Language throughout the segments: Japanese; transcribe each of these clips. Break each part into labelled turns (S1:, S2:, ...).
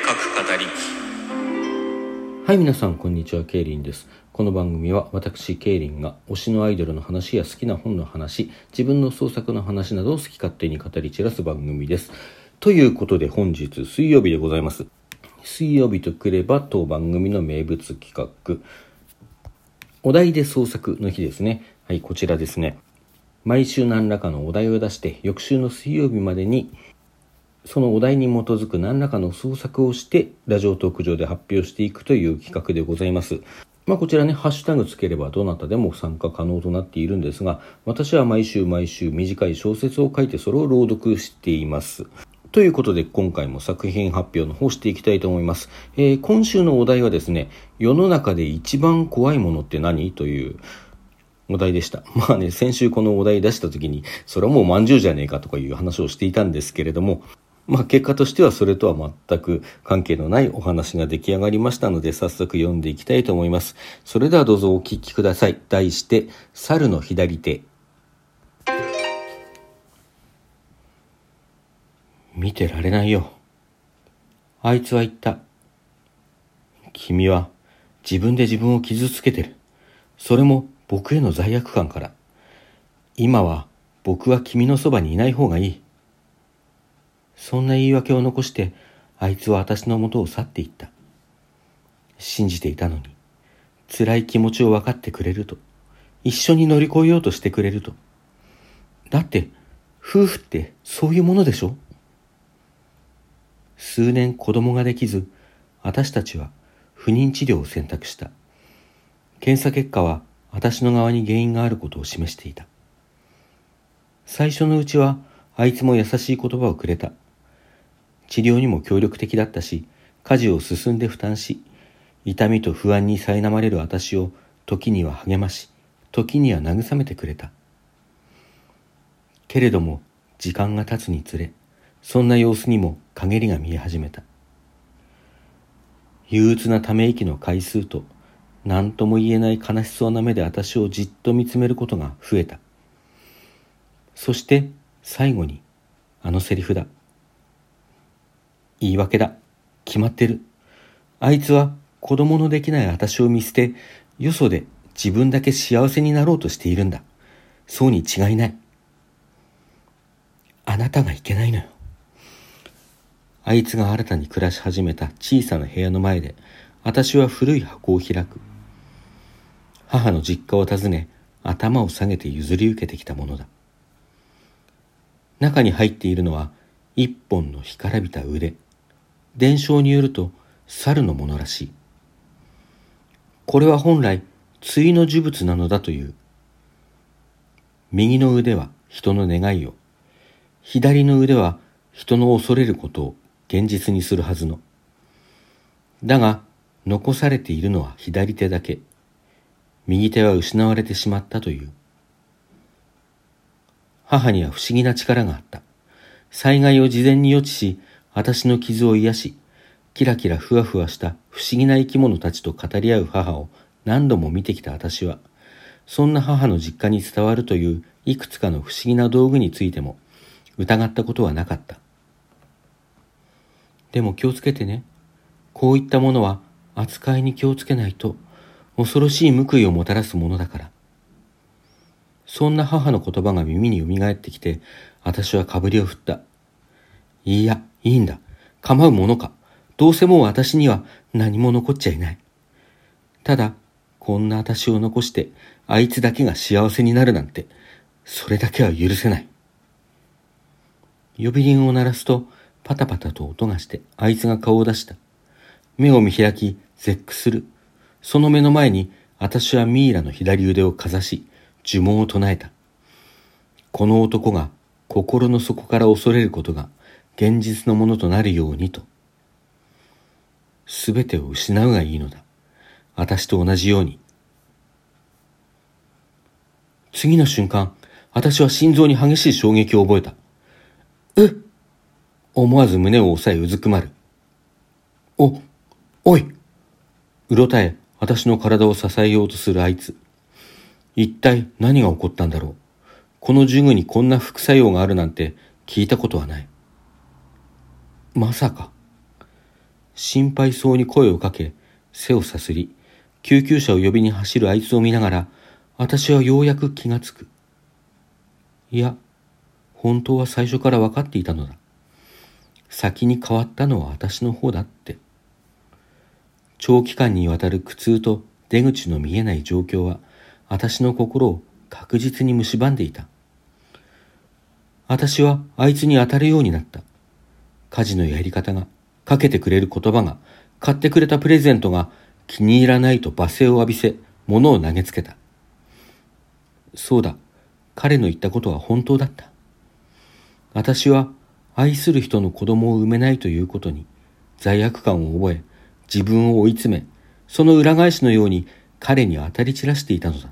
S1: 各語り。
S2: はい、皆さんこんにちは、ケイリンです。この番組は私ケイリンが推しのアイドルの話や好きな本の話、自分の創作の話などを好き勝手に語り散らす番組です。ということで本日水曜日でございます。水曜日とくれば当番組の名物企画、お題で創作の日ですね。はい、こちらですね。毎週何らかのお題を出して翌週の水曜日までにそのお題に基づく何らかの創作をしてラジオトーク上で発表していくという企画でございます。こちらね、ハッシュタグつければどなたでも参加可能となっているんですが、私は毎週短い小説を書いてそれを朗読しています。ということで今回も作品発表の方していきたいと思います。今週のお題はですね、世の中で一番怖いものって何？というお題でした。先週このお題出した時にそれはもうまんじゅうじゃねえかとかいう話をしていたんですけれども、結果としてはそれとは全く関係のないお話が出来上がりましたので、早速読んでいきたいと思います。それではどうぞお聞きください。題して、猿の左手。見てられないよ。あいつは言った。君は自分で自分を傷つけてる。それも僕への罪悪感から。今は僕は君のそばにいない方がいい。そんな言い訳を残してあいつは私の元を去っていった。信じていたのに、辛い気持ちを分かってくれると、一緒に乗り越えようとしてくれると。だって夫婦ってそういうものでしょ。数年子供ができず、私たちは不妊治療を選択した。検査結果は私の側に原因があることを示していた。最初のうちはあいつも優しい言葉をくれた。治療にも協力的だったし、家事を進んで負担し、痛みと不安に苛まれる私を時には励まし、時には慰めてくれた。けれども時間が経つにつれ、そんな様子にも陰りが見え始めた。憂鬱なため息の回数と、何とも言えない悲しそうな目で私をじっと見つめることが増えた。そして最後にあのセリフだ。言い訳だ。決まってる。あいつは子供のできない私を見捨て、よそで自分だけ幸せになろうとしているんだ。そうに違いない。あなたがいけないのよ。あいつが新たに暮らし始めた小さな部屋の前で、私は古い箱を開く。母の実家を訪ね、頭を下げて譲り受けてきたものだ。中に入っているのは一本の干からびた腕。伝承によると猿のものらしい。これは本来対の呪物なのだという。右の腕は人の願いを、左の腕は人の恐れることを現実にするはずの。だが残されているのは左手だけ。右手は失われてしまったという。母には不思議な力があった。災害を事前に予知し、私の傷を癒し、キラキラふわふわした不思議な生き物たちと語り合う母を何度も見てきた私は、そんな母の実家に伝わるといういくつかの不思議な道具についても疑ったことはなかった。でも気をつけてね。こういったものは扱いに気をつけないと恐ろしい報いをもたらすものだから。そんな母の言葉が耳によみがえってきて、私はかぶりを振った。いや、いいんだ。構うものか。どうせもう私には何も残っちゃいない。ただ、こんな私を残して、あいつだけが幸せになるなんて、それだけは許せない。呼び鈴を鳴らすと、パタパタと音がして、あいつが顔を出した。目を見開き、絶句する。その目の前に、私はミイラの左腕をかざし、呪文を唱えた。この男が心の底から恐れることが現実のものとなるようにと。すべてを失うがいいのだ。私と同じように。次の瞬間、私は心臓に激しい衝撃を覚えた。思わず胸を押さえうずくまる。おいうろたえ、私の体を支えようとするあいつ。一体何が起こったんだろう。この呪具にこんな副作用があるなんて聞いたことはない。まさか。 心配そうに声をかけ、背をさすり、救急車を呼びに走るあいつを見ながら、私はようやく気がつく。いや、本当は最初から分かっていたのだ。先に変わったのは私の方だって。長期間にわたる苦痛と出口の見えない状況は、私の心を確実に蝕んでいた。私はあいつに当たるようになった。家事のやり方が、かけてくれる言葉が、買ってくれたプレゼントが気に入らないと罵声を浴びせ、物を投げつけた。そうだ、彼の言ったことは本当だった。私は愛する人の子供を産めないということに罪悪感を覚え、自分を追い詰め、その裏返しのように彼に当たり散らしていたのだ。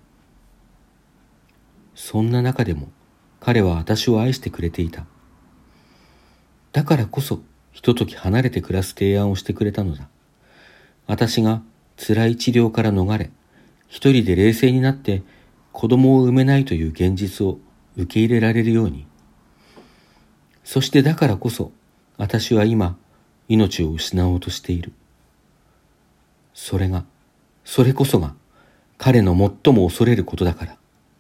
S2: そんな中でも彼は私を愛してくれていた。だからこそひととき離れて暮らす提案をしてくれたのだ。私が辛い治療から逃れ、一人で冷静になって子供を産めないという現実を受け入れられるように。そしてだからこそ私は今命を失おうとしている。それこそが彼の最も恐れることだから。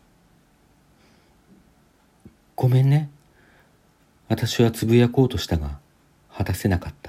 S2: ごめんね。私はつぶやこうとしたが果たせなかった。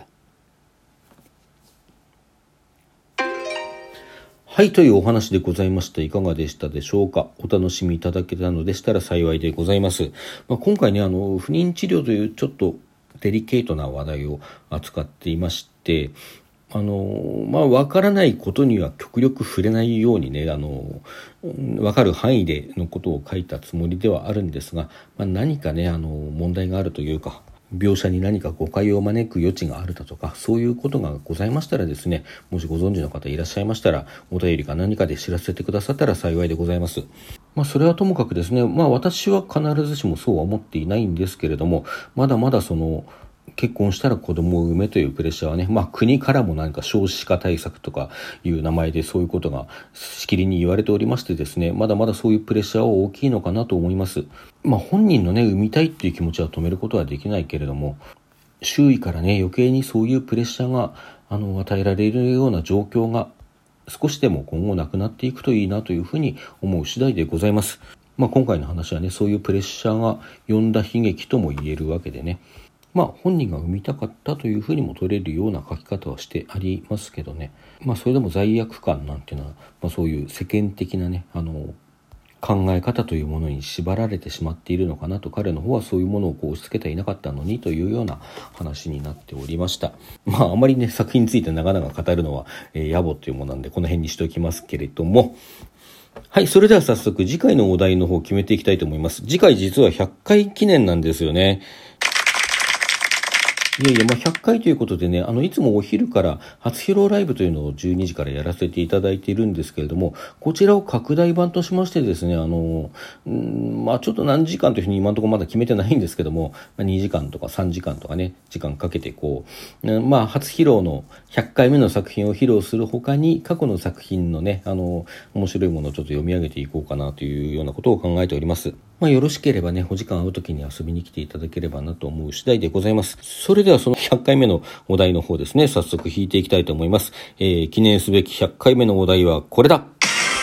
S2: はい、というお話でございました。いかがでしたでしょうか。お楽しみいただけたのでしたら幸いでございます。今回ね、不妊治療というちょっとデリケートな話題を扱っていまして、わからないことには極力触れないようにね、わかる範囲でのことを書いたつもりではあるんですが、何かね、問題があるというか、描写に何か誤解を招く余地があるだとか、そういうことがございましたらですね、もしご存知の方いらっしゃいましたら、お便りか何かで知らせてくださったら幸いでございます。それはともかくですね、私は必ずしもそうは思っていないんですけれども、まだまだ結婚したら子供を産めというプレッシャーはね、国からも何か少子化対策とかいう名前でそういうことがしきりに言われておりましてですね、まだまだそういうプレッシャーは大きいのかなと思います。本人のね、産みたいっていう気持ちは止めることはできないけれども、周囲からね、余計にそういうプレッシャーが与えられるような状況が少しでも今後なくなっていくといいなというふうに思う次第でございます。今回の話はね、そういうプレッシャーが呼んだ悲劇とも言えるわけでね、本人が産みたかったというふうにも取れるような書き方はしてありますけどね、それでも罪悪感なんていうのは、そういう世間的なね、考え方というものに縛られてしまっているのかなと、彼の方はそういうものを押し付けていなかったのにというような話になっておりました。あまりね、作品について長々語るのは、野暮というものなんでこの辺にしておきますけれども、はい、それでは早速次回のお題の方を決めていきたいと思います。次回実は100回記念なんですよね。100回ということでね、いつもお昼から初披露ライブというのを12時からやらせていただいているんですけれども、こちらを拡大版としましてですね、ちょっと何時間というふうに今のところまだ決めてないんですけども、2時間とか3時間とかね、時間かけて初披露の100回目の作品を披露する他に、過去の作品のね、面白いものをちょっと読み上げていこうかなというようなことを考えております。よろしければね、お時間合う時に遊びに来ていただければなと思う次第でございます。それではその100回目のお題の方ですね、早速引いていきたいと思います。記念すべき100回目のお題はこれだ。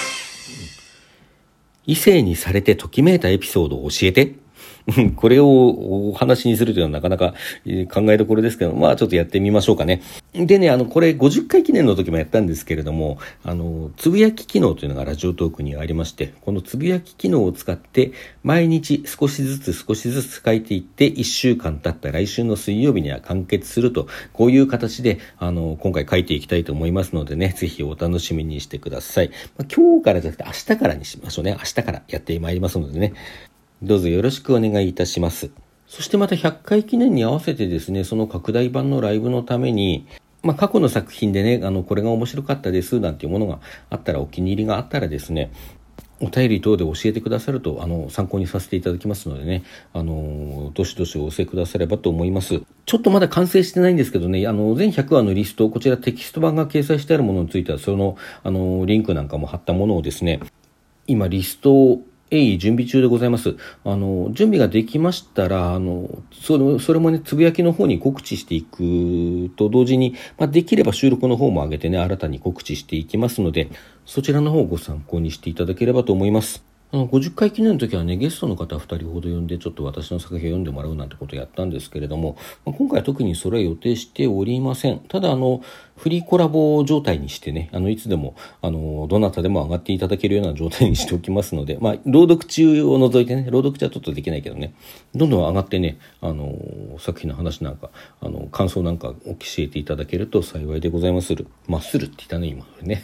S2: 異性にされてときめいたエピソードを教えて。これをお話にするというのはなかなか考えどころですけど、ちょっとやってみましょうかね。でね、これ50回記念の時もやったんですけれども、つぶやき機能というのがラジオトークにありまして、このつぶやき機能を使って毎日少しずつ書いていって、1週間経った来週の水曜日には完結すると、こういう形で今回書いていきたいと思いますのでね、ぜひお楽しみにしてください。今日からじゃなくて明日からにしましょうね。明日からやってまいりますのでね、どうぞよろしくお願いいたします。そしてまた100回記念に合わせてですね、その拡大版のライブのために、過去の作品でね、これが面白かったですなんていうものがあったら、お気に入りがあったらですね、お便り等で教えてくださると参考にさせていただきますのでね、どしどしお寄せくださればと思います。ちょっとまだ完成してないんですけどね、全100話のリスト、こちらテキスト版が掲載してあるものについては、そのリンクなんかも貼ったものをですね、今リストを鋭意準備中でございます。準備ができましたら、それもね、つぶやきの方に告知していくと同時に、できれば収録の方も上げてね、新たに告知していきますので、そちらの方をご参考にしていただければと思います。50回記念の時はね、ゲストの方2人ほど呼んで、ちょっと私の作品を読んでもらうなんてことをやったんですけれども、今回は特にそれは予定しておりません。ただ、フリーコラボ状態にしてね、いつでも、どなたでも上がっていただけるような状態にしておきますので、朗読中を除いてね、朗読中はちょっとできないけどね、どんどん上がってね、作品の話なんか、感想なんか教えていただけると幸いでございまする。するって言ったね、今ね。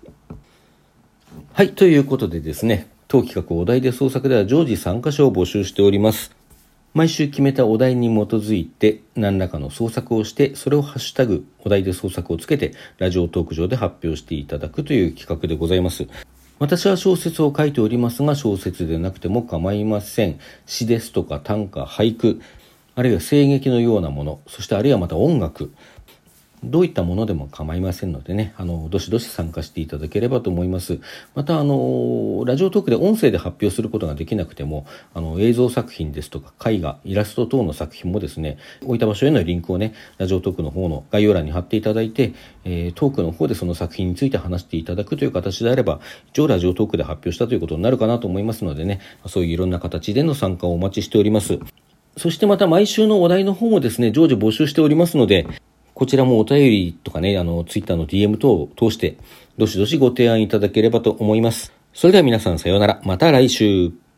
S2: はい、ということでですね、当企画お題で創作では常時参加者を募集しております。毎週決めたお題に基づいて何らかの創作をして、それをハッシュタグお題で創作をつけてラジオトーク上で発表していただくという企画でございます。私は小説を書いておりますが、小説でなくても構いません。詩ですとか短歌、俳句、あるいは声劇のようなもの、そしてあるいはまた音楽、どういったものでも構いませんのでね、どしどし参加していただければと思います。また、ラジオトークで音声で発表することができなくても、映像作品ですとか絵画、イラスト等の作品もですね、置いた場所へのリンクをね、ラジオトークの方の概要欄に貼っていただいて、トークの方でその作品について話していただくという形であれば、一応ラジオトークで発表したということになるかなと思いますのでね、そういういろんな形での参加をお待ちしております。そしてまた毎週のお題の方もですね、常時募集しておりますので、こちらもお便りとかね、ツイッターの DM 等を通して、どしどしご提案いただければと思います。それでは皆さんさようなら。また来週。